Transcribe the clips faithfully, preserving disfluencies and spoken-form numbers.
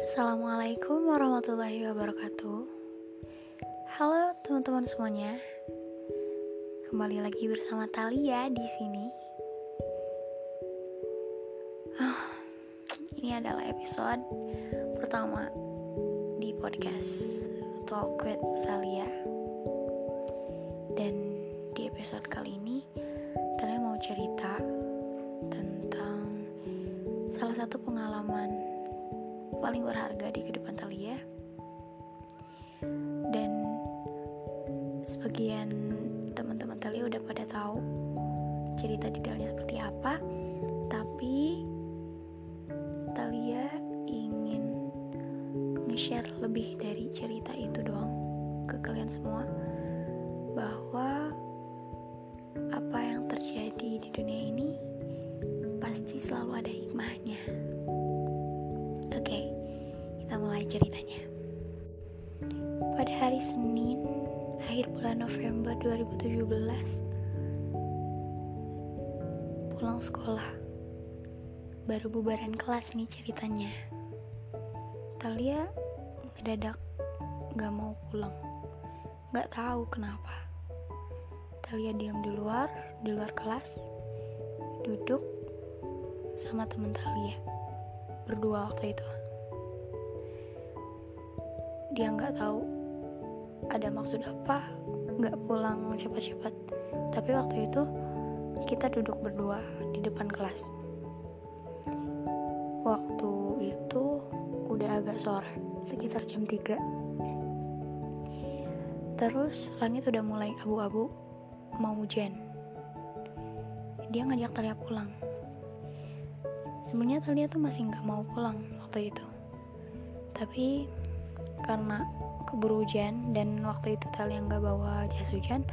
Assalamualaikum warahmatullahi wabarakatuh. Halo teman-teman semuanya. Kembali lagi bersama Thalia di sini. Ah, ini adalah episode pertama di podcast Talk with Thalia. Dan di episode kali ini Thalia mau cerita tentang salah satu pengalaman paling berharga di kehidupan Thalia. Dan sebagian teman-teman Thalia udah pada tahu cerita detailnya seperti apa, tapi Thalia ingin nge-share lebih dari cerita itu doang ke kalian semua, bahwa apa yang terjadi di dunia ini pasti selalu ada hikmahnya. Oke, kita mulai ceritanya. Pada hari Senin, akhir bulan November dua ribu tujuh belas, pulang sekolah. Baru bubaran kelas nih ceritanya. Thalia ngedadak gak mau pulang. Gak tahu kenapa. Thalia diam di luar, di luar kelas, duduk sama teman Thalia berdua waktu itu. Dia nggak tahu ada maksud apa nggak pulang cepat-cepat, tapi waktu itu kita duduk berdua di depan kelas. Waktu itu udah agak sore, sekitar jam tiga. Terus langit udah mulai abu-abu, mau hujan. Dia ngajak Thalia pulang. Sebenarnya Thalia tuh masih nggak mau pulang waktu itu, tapi karena keburu hujan dan waktu itu Thalia nggak bawa jas hujan,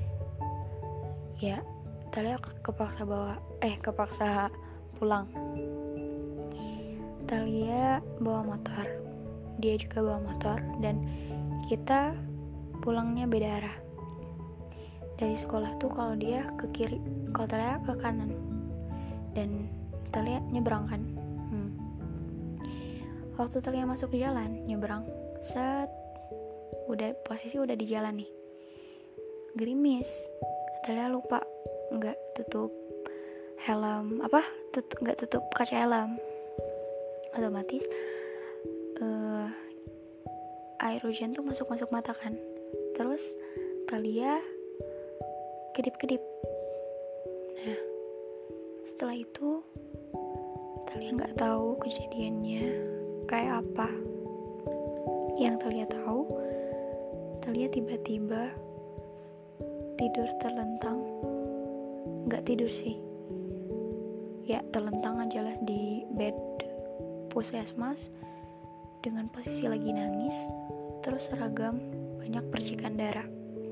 ya Thalia kepaksa bawa eh kepaksa pulang. Thalia bawa motor, dia juga bawa motor, dan kita pulangnya beda arah. Dari sekolah tuh kalau dia ke kiri, kalau Thalia ke kanan, dan Thalia nyebrang kan. hmm. Waktu Thalia masuk ke jalan, nyebrang, set, udah posisi udah di jalan nih. Gerimis, Thalia lupa nggak tutup helm, apa? Tutup nggak tutup kaca helm. Otomatis uh, air hujan tuh masuk-masuk mata kan. Terus Thalia kedip-kedip. Nah, setelah itu Thalia nggak tahu kejadiannya kayak apa. Yang Thalia tahu, Thalia tiba-tiba tidur terlentang. Nggak tidur sih, ya terlentang aja lah di bed puskesmas dengan posisi lagi nangis, terus seragam banyak percikan darah.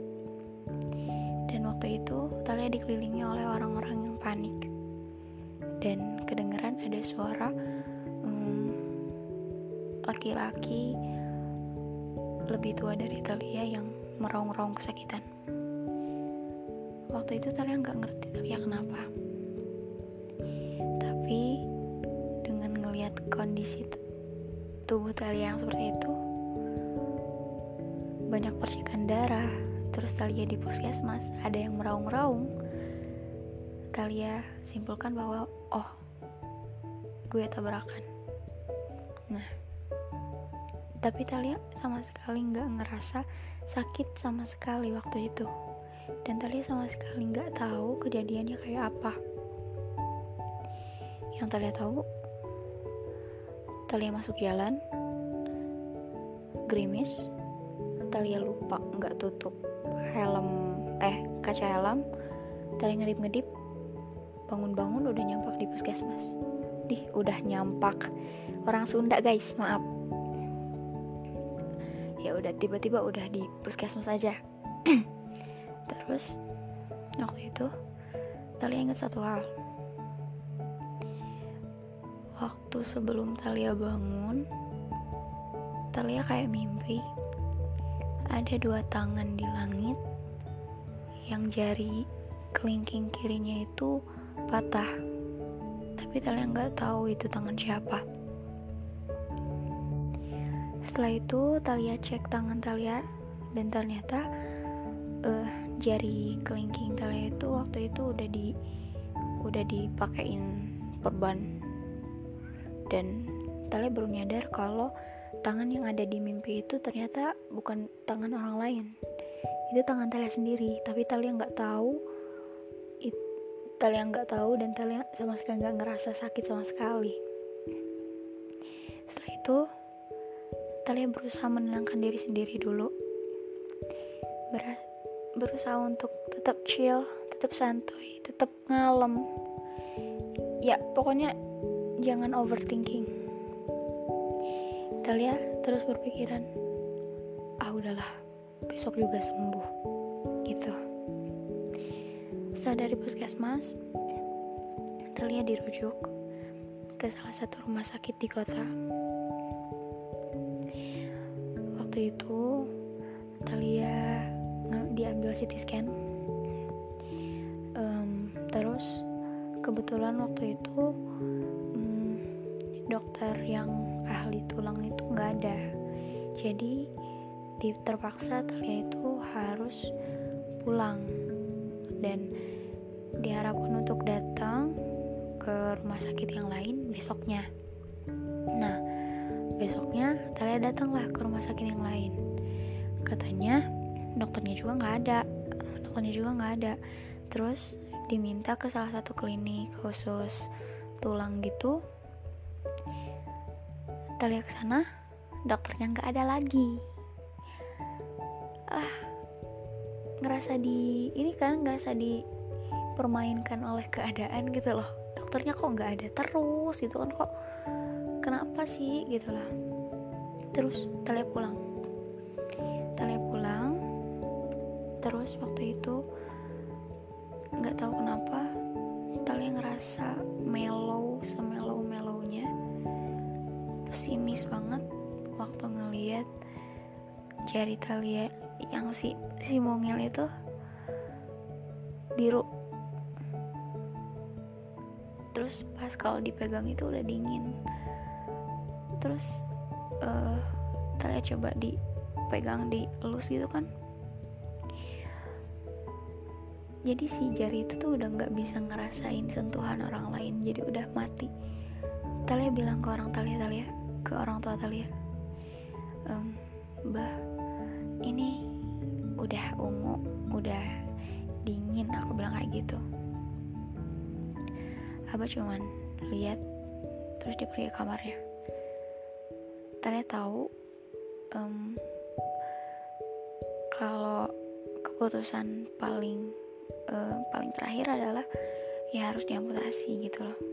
Dan waktu itu Thalia dikelilingi oleh orang-orang yang panik, dan kedengeran ada suara hmm, laki-laki lebih tua dari Thalia yang meraung-raung kesakitan. Waktu itu Thalia nggak ngerti Thalia kenapa, tapi dengan ngelihat kondisi t- tubuh Thalia yang seperti itu, banyak percikan darah, terus Thalia di puskesmas ada yang meraung-raung, Thalia simpulkan bahwa oh, gue tabrakan. Nah, tapi Thalia sama sekali nggak ngerasa sakit sama sekali waktu itu, dan Thalia sama sekali nggak tahu kejadiannya kayak apa. Yang Thalia tahu, Thalia masuk jalan, gerimis, Thalia lupa nggak tutup helm, eh kaca helm, Thalia ngedip-ngedip, bangun-bangun udah nyampak di puskesmas. Dih, udah nyampak. Orang Sunda guys, maaf. Ya udah, tiba-tiba udah di puskesmas aja. Terus waktu itu Thalia ingat satu hal. Waktu sebelum Thalia bangun, Thalia kayak mimpi ada dua tangan di langit yang jari kelingking kirinya itu patah, tapi Thalia nggak tahu itu tangan siapa. Setelah itu Talia cek tangan Talia dan ternyata uh, jari kelingking Talia itu waktu itu udah di udah dipakein perban, dan Talia baru nyadar kalau tangan yang ada di mimpi itu ternyata bukan tangan orang lain, itu tangan Talia sendiri. Tapi Talia nggak tahu, it, Talia nggak tahu dan Talia sama sekali nggak ngerasa sakit sama sekali. Setelah itu Talia berusaha menenangkan diri sendiri dulu, Ber- berusaha untuk tetap chill, tetap santuy, tetap ngalem. Ya pokoknya jangan overthinking. Talia terus berpikiran, ah udahlah, besok juga sembuh gitu. Setelah dari puskesmas, Talia dirujuk ke salah satu rumah sakit di kota. Waktu itu Talia diambil C T scan, um, terus kebetulan waktu itu um, dokter yang ahli tulang itu nggak ada, jadi terpaksa Talia itu harus pulang dan diharapkan untuk datang ke rumah sakit yang lain besoknya. Nah besoknya Talia datanglah ke rumah sakit yang lain. Katanya dokternya juga nggak ada, dokternya juga nggak ada. Terus diminta ke salah satu klinik khusus tulang gitu. Talia kesana, dokternya nggak ada lagi. Ah, ngerasa di ini kan, ngerasa dipermainkan oleh keadaan gitu loh. Dokternya kok nggak ada terus gitu kan, kok kenapa sih gitu lah. Terus Talia pulang. Talia pulang. Terus waktu itu nggak tahu kenapa Talia ngerasa mellow, semellow-mellownya, pesimis banget waktu ngelihat jari Talia yang si si mungil itu biru. Terus pas kalau dipegang itu udah dingin. Terus uh, Talia coba dipegang, dielus gitu kan. Jadi si jari itu tuh udah gak bisa ngerasain sentuhan orang lain, jadi udah mati. Talia bilang ke orang Talia, Talia ke orang tua Talia, ehm, Mbah, ini udah ungu, udah dingin, aku bilang kayak gitu. Abah cuman lihat, terus dia pergi ke kamarnya. Talia tahu um, kalau keputusan paling uh, paling terakhir adalah ya harus diamputasi gitu loh.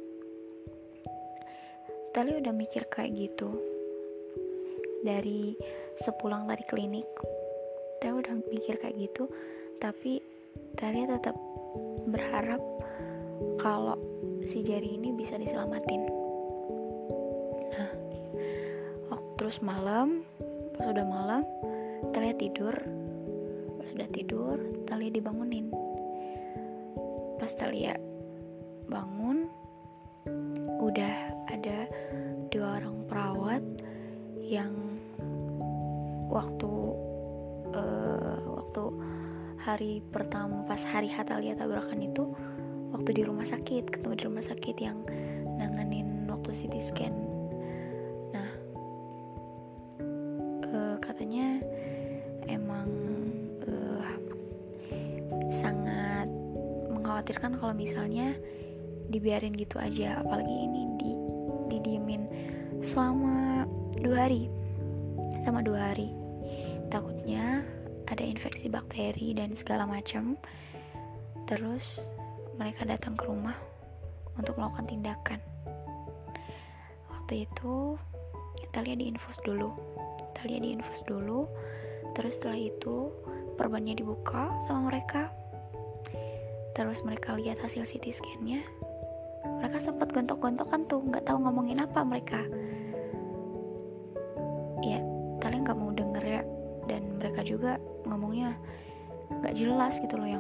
Talia udah mikir kayak gitu dari sepulang dari klinik. Talia udah mikir kayak gitu, tapi Talia tetap berharap kalau si jari ini bisa diselamatin. Nah, waktu terus malam, pas udah malam, Talia tidur. Pas udah tidur, Talia dibangunin. Pas Talia bangun, udah ada dua orang perawat yang waktu uh, waktu hari pertama, pas hari Talia tabrakan itu, waktu di rumah sakit, ketemu di rumah sakit yang nanganin waktu C T scan. Nah, uh, katanya emang uh, sangat mengkhawatirkan kalau misalnya dibiarin gitu aja, apalagi ini di didiemin selama dua hari, selama dua hari. Takutnya ada infeksi bakteri dan segala macam. Terus mereka datang ke rumah untuk melakukan tindakan. Waktu itu Talia diinfus dulu. Talia diinfus dulu. Terus setelah itu perbannya dibuka sama mereka. Terus mereka lihat hasil C T scan-nya. Mereka sempat gontok-gontokan tuh, nggak tahu ngomongin apa mereka. Ya, Talia nggak mau denger ya. Dan mereka juga ngomongnya nggak jelas gitu loh, yang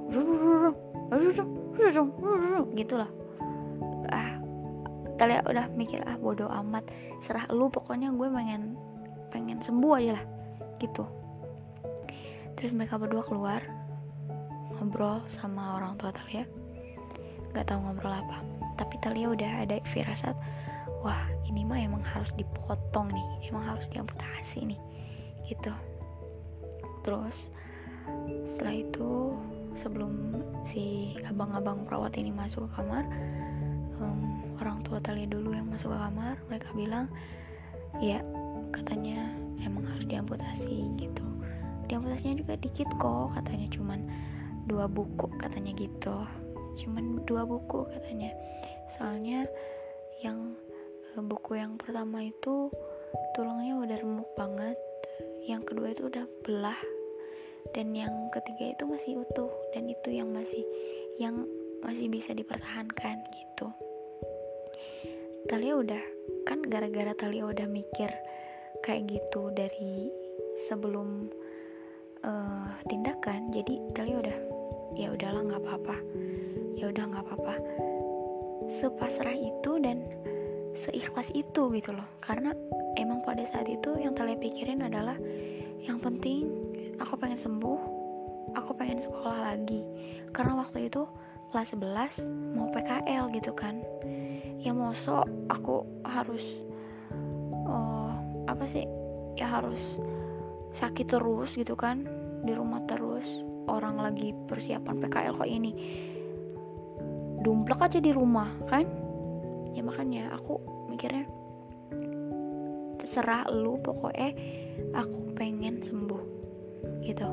gitu lah. Ah, Talia udah mikir, ah bodo amat, serah lu, pokoknya gue pengen pengen sembuh aja lah gitu. Terus mereka berdua keluar ngobrol sama orang tua Thalia, nggak tahu ngobrol apa, tapi Thalia udah ada firasat, wah ini mah emang harus dipotong nih, emang harus diamputasi nih gitu. Terus setelah itu, sebelum si abang-abang perawat ini masuk ke kamar, um, orang tua Thalia dulu yang masuk ke kamar. Mereka bilang, ya katanya emang harus diamputasi gitu. Diamputasinya juga dikit kok, katanya cuman dua buku katanya gitu, cuman dua buku katanya. Soalnya yang e, buku yang pertama itu tulangnya udah remuk banget, yang kedua itu udah belah, dan yang ketiga itu masih utuh, dan itu yang masih yang masih bisa dipertahankan gitu. Thalia udah kan gara-gara Thalia udah mikir kayak gitu dari sebelum uh, tindakan, jadi Thalia udah ya udahlah nggak apa-apa, ya udah nggak apa-apa, sepasrah itu dan seikhlas itu gitu loh. Karena emang pada saat itu yang Thalia pikirin adalah yang penting aku pengen sembuh, aku pengen sekolah lagi. Karena waktu itu kelas sebelas mau P K L gitu kan, ya mosok aku harus oh, apa sih ya harus sakit terus gitu kan, di rumah terus, orang lagi persiapan P K L kok ini dumplek aja di rumah kan. Ya makanya aku mikirnya terserah lu, pokoknya aku pengen sembuh gitu.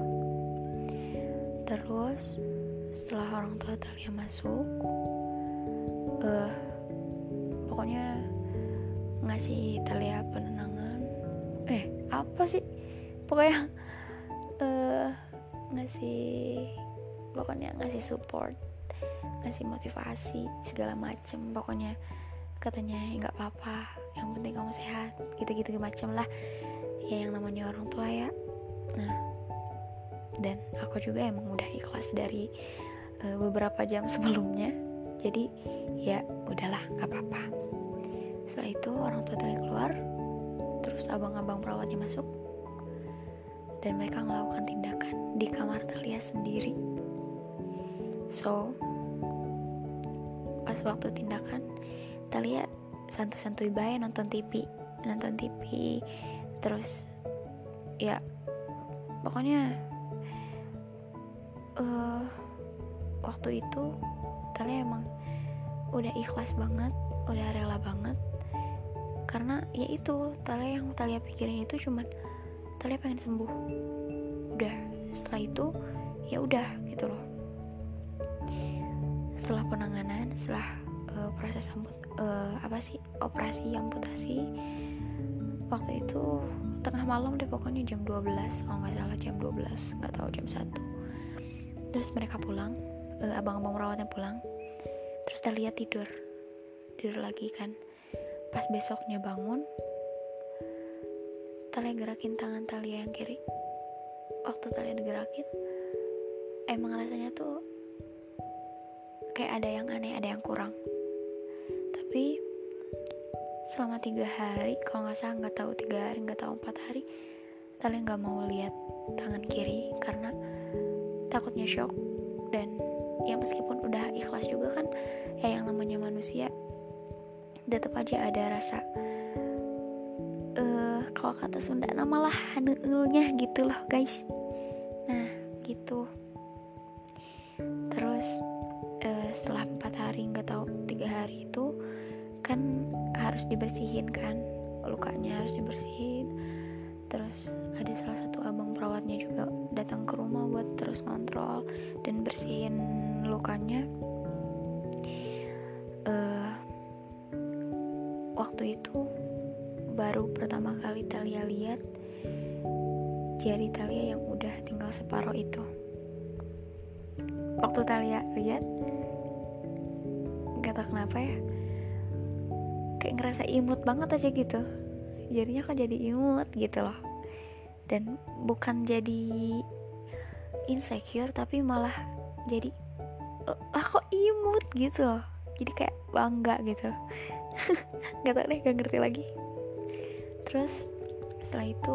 Terus setelah orang tua Thalia masuk, uh, pokoknya ngasih Thalia penenangan, eh apa sih pokoknya uh, ngasih pokoknya ngasih support, ngasih motivasi segala macem. Pokoknya katanya nggak apa-apa, yang penting kamu sehat, gitu-gitu macem lah ya, yang namanya orang tua ya. Nah, dan aku juga emang udah ikhlas dari uh, beberapa jam sebelumnya, jadi ya udahlah nggak apa-apa. Setelah itu orang tua Thalia keluar, terus abang-abang perawatnya masuk, dan mereka melakukan tindakan di kamar Thalia sendiri. So pas waktu tindakan, Thalia santu-santuy bae nonton T V, nonton T V terus ya pokoknya uh, waktu itu Thalia emang udah ikhlas banget, udah rela banget. Karena ya itu Thalia yang Thalia pikirin itu cuman Thalia pengen sembuh. Udah, setelah itu ya udah gitu loh. Setelah penanganan, setelah uh, proses amput, uh, apa sih operasi amputasi, waktu itu tengah malam deh pokoknya jam dua belas kalau nggak salah, jam dua belas, nggak tahu jam satu. Terus mereka pulang, uh, abang-abang perawatnya pulang. Terus Thalia tidur, tidur lagi kan. Pas besoknya bangun, Thalia gerakin tangan Thalia yang kiri. Waktu Thalia digerakin, emang rasanya tuh kayak ada yang aneh, ada yang kurang. Tapi selama tiga hari, kalau nggak salah, nggak tahu tiga hari, nggak tahu empat hari, Thalia nggak mau lihat tangan kiri karena takutnya shock. Dan ya meskipun udah ikhlas juga kan, ya yang namanya manusia, tetap aja ada rasa uh, kalau kata Sunda namalah haneulnya gitu loh guys. Nah gitu. Terus uh, setelah empat hari, nggak tahu tiga hari itu kan harus dibersihin kan, lukanya harus dibersihin. Terus ada salah satu abang perawatnya juga datang ke rumah buat terus ngontrol dan bersihin lukanya. uh, Waktu itu baru pertama kali Thalia lihat jari Thalia yang udah tinggal separuh itu. Waktu Thalia lihat, gak tau kenapa ya, kayak ngerasa imut banget aja gitu. Jarinya kok jadi imut gitu loh. Dan bukan jadi insecure, tapi malah jadi ah kok imut gitu loh. Jadi kayak bangga gitu. Gak tau deh, gak ngerti lagi. Terus setelah itu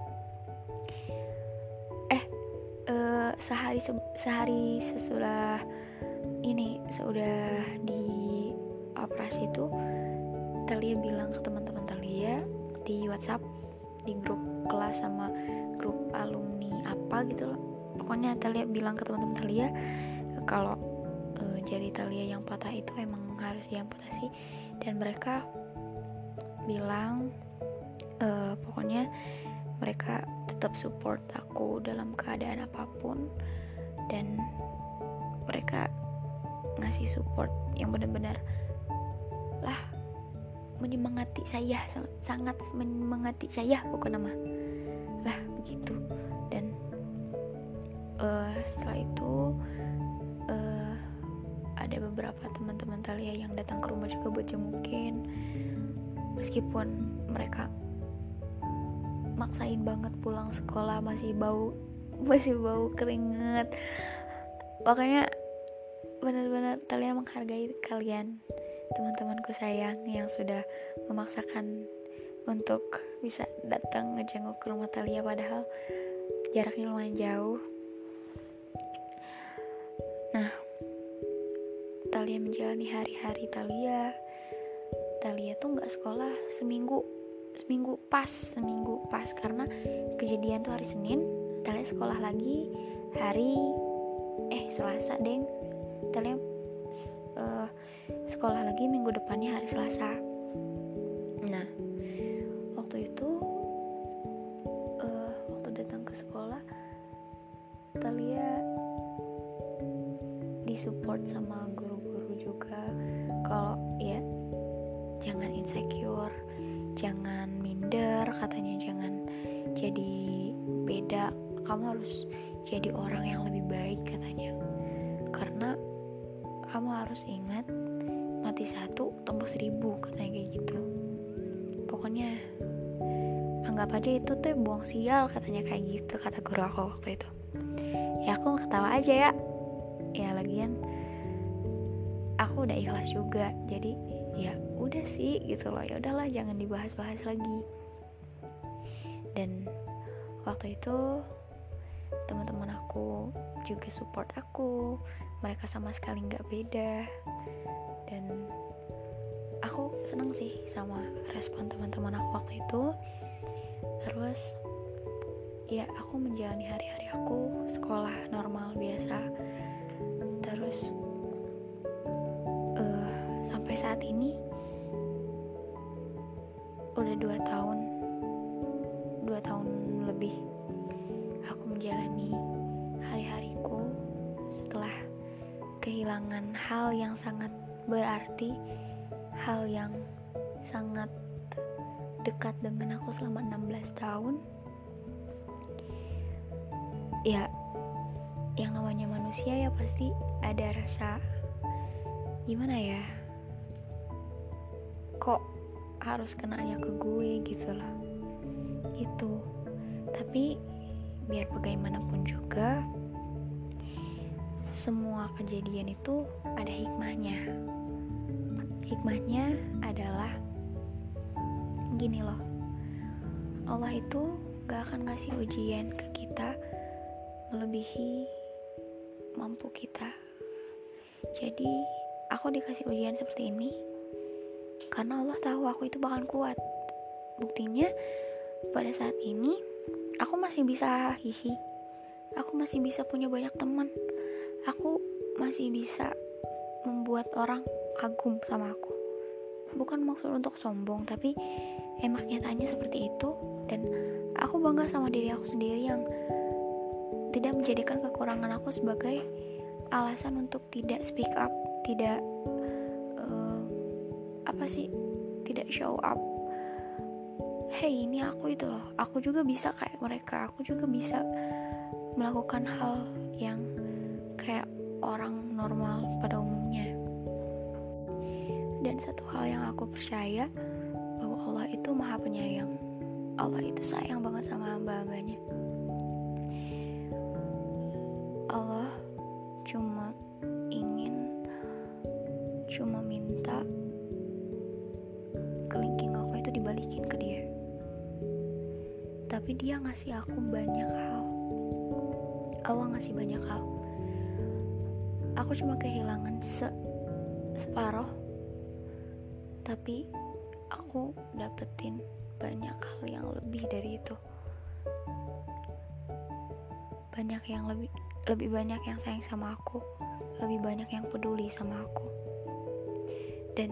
eh uh, sehari se- sehari sesudah ini sudah di operasi itu, Talia bilang ke teman-teman Talia di WhatsApp, di grup kelas sama grup alumni apa gitu loh. Pokoknya Talia bilang ke teman-teman Talia kalau uh, jari Talia yang patah itu emang harus diamputasi, dan mereka bilang uh, pokoknya mereka tetap support aku dalam keadaan apapun, dan mereka ngasih support yang benar-benar lah menyemangati saya, sangat menyemangati saya pokoknya mah lah begitu. Dan uh, setelah itu uh, ada beberapa teman-teman Talia yang datang ke rumah juga buat jengukin, meskipun mereka maksain banget pulang sekolah, masih bau masih bau keringet. Makanya benar-benar Talia menghargai kalian, teman-temanku sayang, yang sudah memaksakan untuk bisa datang ngejenguk ke rumah Talia padahal jaraknya lumayan jauh. Nah, Talia menjalani hari-hari Talia. Talia tuh nggak sekolah seminggu, seminggu pas, seminggu pas karena kejadian tuh hari Senin, Talia sekolah lagi hari eh Selasa deng. Talia uh, sekolah lagi minggu depannya hari Selasa. Nah, waktu itu uh, waktu datang ke sekolah, Talia disupport sama guru-guru juga kalau ya jangan insecure, jangan minder, katanya jangan jadi beda, kamu harus jadi orang yang lebih baik katanya, karena kamu harus ingat mati satu tembus seribu, katanya kayak gitu. Pokoknya anggap aja itu tuh buang sial, katanya kayak gitu kata guru aku waktu itu. Ya aku ketawa aja ya, ya lagian aku udah ikhlas juga, jadi ya udah sih gitu loh, ya udahlah jangan dibahas-bahas lagi. Dan waktu itu teman-teman aku juga support aku, mereka sama sekali nggak beda, dan aku seneng sih sama respon teman-teman aku waktu itu. Terus ya aku menjalani hari-hari aku sekolah normal biasa. Terus uh, sampai saat ini udah dua tahun dua tahun lebih aku menjalani hari-hariku setelah kehilangan hal yang sangat berarti, hal yang sangat dekat dengan aku selama enam belas tahun. Ya, yang namanya manusia ya pasti ada rasa gimana ya, kok harus kenanya ke gue gitu loh gitu. Tapi biar bagaimanapun juga semua kejadian itu ada hikmahnya. Hikmahnya adalah gini loh, Allah itu gak akan ngasih ujian ke kita melebihi mampu kita. Jadi aku dikasih ujian seperti ini karena Allah tahu aku itu bakal kuat. Buktinya pada saat ini aku masih bisa hihi, aku masih bisa punya banyak teman, aku masih bisa membuat orang kagum sama aku. Bukan maksud untuk sombong, tapi emang nyatanya seperti itu. Dan aku bangga sama diri aku sendiri yang tidak menjadikan kekurangan aku sebagai alasan untuk tidak speak up, tidak uh, apa sih, tidak show up. Hey, ini aku itu loh, aku juga bisa kayak mereka, aku juga bisa melakukan hal yang kayak orang normal pada umumnya. Dan satu hal yang aku percaya, bahwa Allah itu maha penyayang. Allah itu sayang banget sama hamba-hambanya. Allah cuma ingin, cuma minta kelingking aku itu dibalikin ke dia. tapi dia ngasih aku banyak hal. Allah ngasih banyak hal. Aku cuma kehilangan se separoh, tapi aku dapetin banyak hal yang lebih dari itu. Banyak yang lebih lebih banyak yang sayang sama aku, lebih banyak yang peduli sama aku. Dan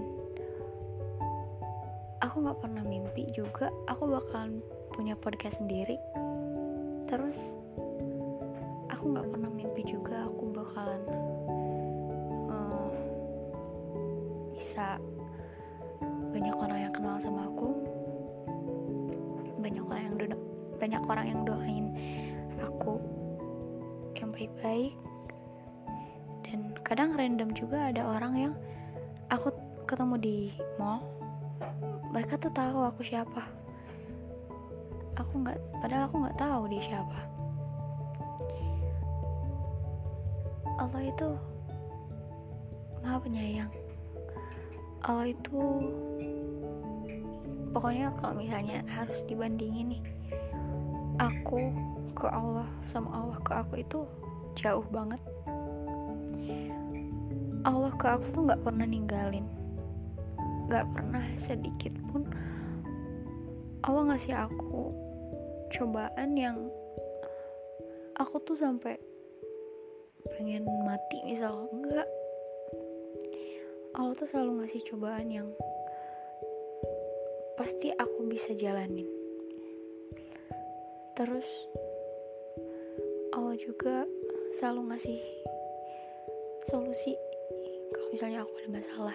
aku nggak pernah mimpi juga aku bakalan punya podcast sendiri. Terus aku nggak pernah mimpi juga aku bakalan uh, bisa banyak orang yang kenal sama aku, banyak orang yang do- banyak orang yang doain aku yang baik-baik. Dan kadang random juga ada orang yang aku ketemu di mall, mereka tuh tahu aku siapa, aku nggak, padahal aku nggak tahu dia siapa. Allah itu maha penyayang. Allah itu pokoknya kalau misalnya harus dibandingin nih, aku ke Allah sama Allah ke aku itu jauh banget. Allah ke aku tuh nggak pernah ninggalin, nggak pernah sedikit pun Allah ngasih aku cobaan yang aku tuh sampai pengen mati misal. Enggak, Allah tuh selalu ngasih cobaan yang pasti aku bisa jalanin. Terus Allah juga selalu ngasih solusi kalau misalnya aku ada masalah.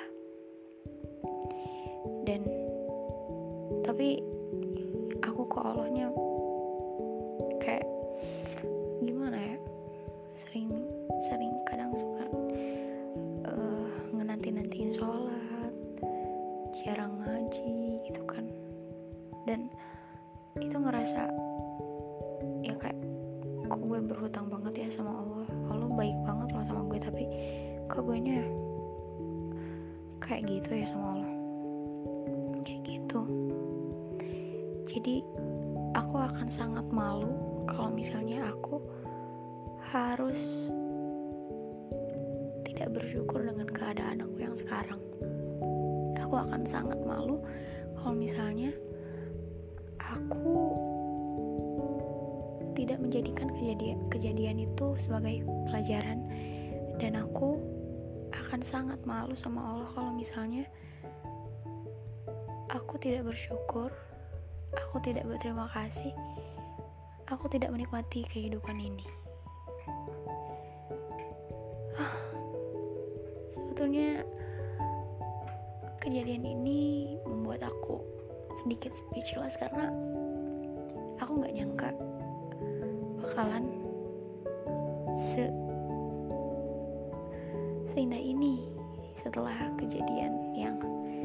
Dan tapi aku ke Allahnya kayak gimana ya, sering sering kadang suka uh, ngenanti-nantiin sholat, jarang ngaji gitu kan. Dan itu ngerasa ya kayak kok gue berhutang banget ya sama Allah. Allah baik banget loh sama gue, tapi kok gue nya kayak gitu ya sama Allah, kayak gitu. Jadi aku akan sangat malu kalau misalnya aku harus tidak bersyukur dengan keadaan aku yang sekarang. Aku akan sangat malu kalau misalnya aku tidak menjadikan kejadian kejadian itu sebagai pelajaran. Dan aku akan sangat malu sama Allah kalau misalnya aku tidak bersyukur, aku tidak berterima kasih, aku tidak menikmati kehidupan ini. Sebetulnya kejadian ini membuat aku sedikit speechless karena aku gak nyangka bakalan se seindah ini setelah kejadian yang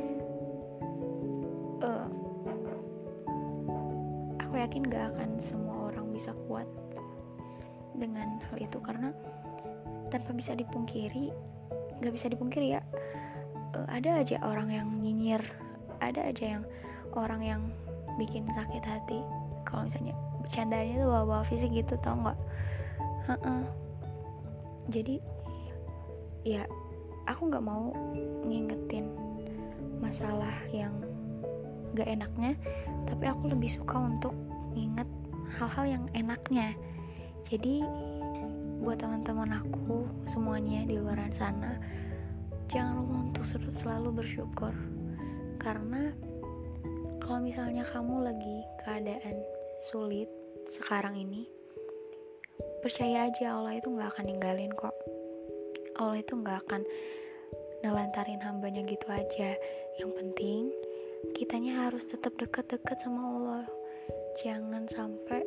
uh, aku yakin gak akan semua orang bisa kuat dengan hal itu, karena tanpa bisa dipungkiri, gak bisa dipungkiri ya, uh, ada aja orang yang nyinyir, ada aja yang orang yang bikin sakit hati kalau misalnya bercandanya tuh bawa-bawa fisik gitu, tau gak? Uh-uh. Jadi ya aku gak mau ngingetin masalah yang gak enaknya, tapi aku lebih suka untuk nginget hal-hal yang enaknya. Jadi buat teman-teman aku semuanya di luar sana, jangan lupa untuk selalu bersyukur. Karena kalau misalnya kamu lagi keadaan sulit sekarang ini, percaya aja Allah itu gak akan ninggalin kok. Allah itu gak akan nelantarin hambanya gitu aja. Yang penting kitanya harus tetap dekat-dekat sama Allah, jangan sampai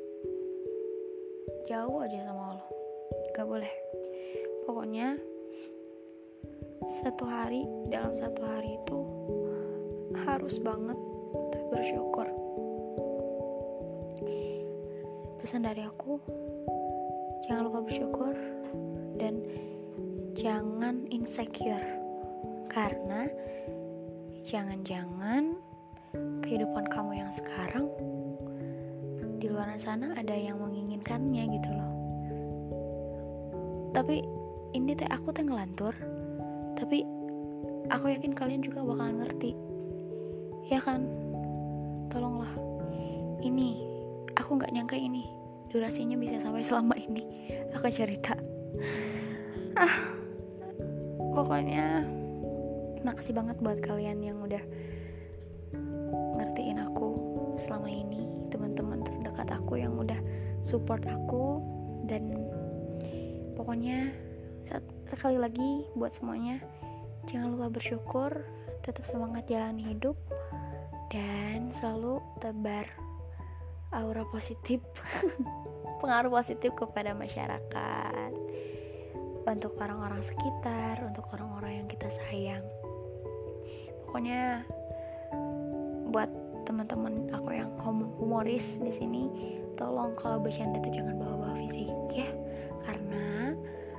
jauh aja sama Allah, gak boleh. Pokoknya satu hari, dalam satu hari itu harus banget bersyukur. Pesan dari aku, jangan lupa bersyukur dan jangan insecure, karena jangan-jangan kehidupan kamu yang sekarang di luar sana ada yang menginginkannya gitu loh. Tapi ini teh aku teh ngelantur, tapi aku yakin kalian juga bakalan ngerti, ya kan? Tolonglah, ini aku nggak nyangka ini durasinya bisa sampai selama ini aku cerita. Ah, pokoknya makasih banget buat kalian yang udah ngertiin aku selama ini, teman-teman terdekat aku yang udah support aku. Dan pokoknya sekali lagi buat semuanya, jangan lupa bersyukur, tetap semangat jalani hidup, dan selalu tebar aura positif pengaruh positif kepada masyarakat, untuk orang-orang sekitar, untuk orang-orang yang kita sayang. Pokoknya buat teman-teman aku yang humoris di sini, tolong kalau bercanda tuh jangan bawa-bawa fisik ya, karena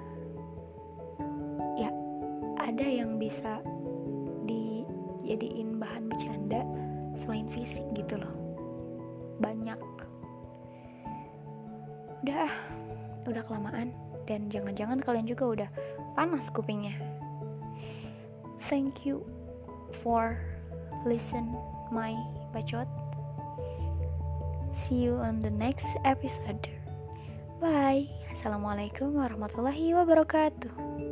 ya ada yang bisa dijadiin bahan bercanda selain fisik gitu loh, banyak. Udah udah kelamaan, dan jangan-jangan kalian juga udah panas kupingnya. Thank you for listen my bacot. See you on the next episode. Bye. Assalamualaikum warahmatullahi wabarakatuh.